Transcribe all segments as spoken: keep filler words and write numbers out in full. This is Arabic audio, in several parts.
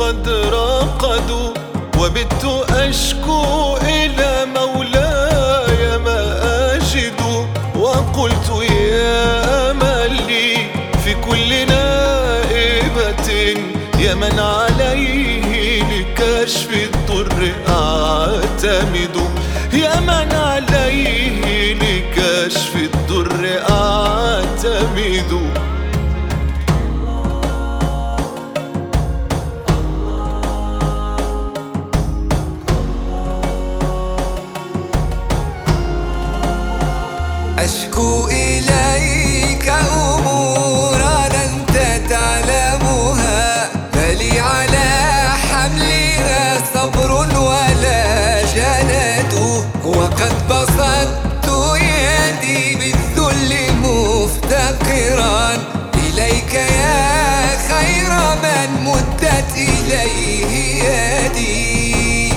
قد راقدوا، وبت أشكو إلى مولاي ما أجد، وقلت يا من لي في كل نائبة، يا من عليه لكشف الضر أعتمد، يا من عليه لكشف الضر أعتمد. أشكو إليك أمورا أنت تعلمها، فلي على حملها صبر ولا جلد، وقد بسطت يدي بالذل مفتقرا إليك يا خير من مدت إليه يدي.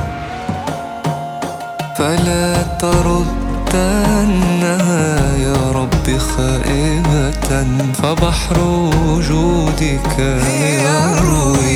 فلا ترد أنها يا رب خائبة، فبحر وجودك يروي